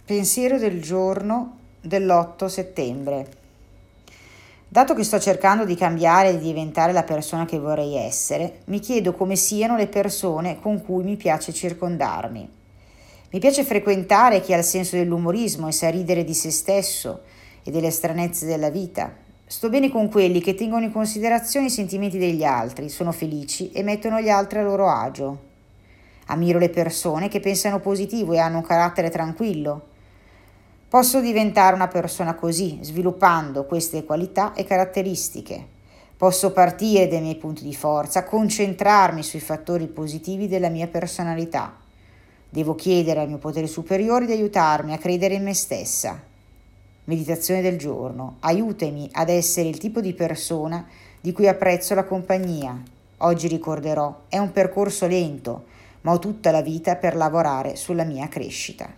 Pensiero del giorno dell'8 settembre. Dato che sto cercando di cambiare e di diventare la persona che vorrei essere, mi chiedo come siano le persone con cui mi piace circondarmi. Mi piace frequentare chi ha il senso dell'umorismo e sa ridere di se stesso e delle stranezze della vita. Sto bene con quelli che tengono in considerazione i sentimenti degli altri, sono felici e mettono gli altri a loro agio. Ammiro le persone che pensano positivo e hanno un carattere tranquillo. Posso diventare una persona così, sviluppando queste qualità e caratteristiche. Posso partire dai miei punti di forza, concentrarmi sui fattori positivi della mia personalità. Devo chiedere al mio potere superiore di aiutarmi a credere in me stessa. Meditazione del giorno. Aiutami ad essere il tipo di persona di cui apprezzo la compagnia. Oggi ricorderò, è un percorso lento, ma ho tutta la vita per lavorare sulla mia crescita.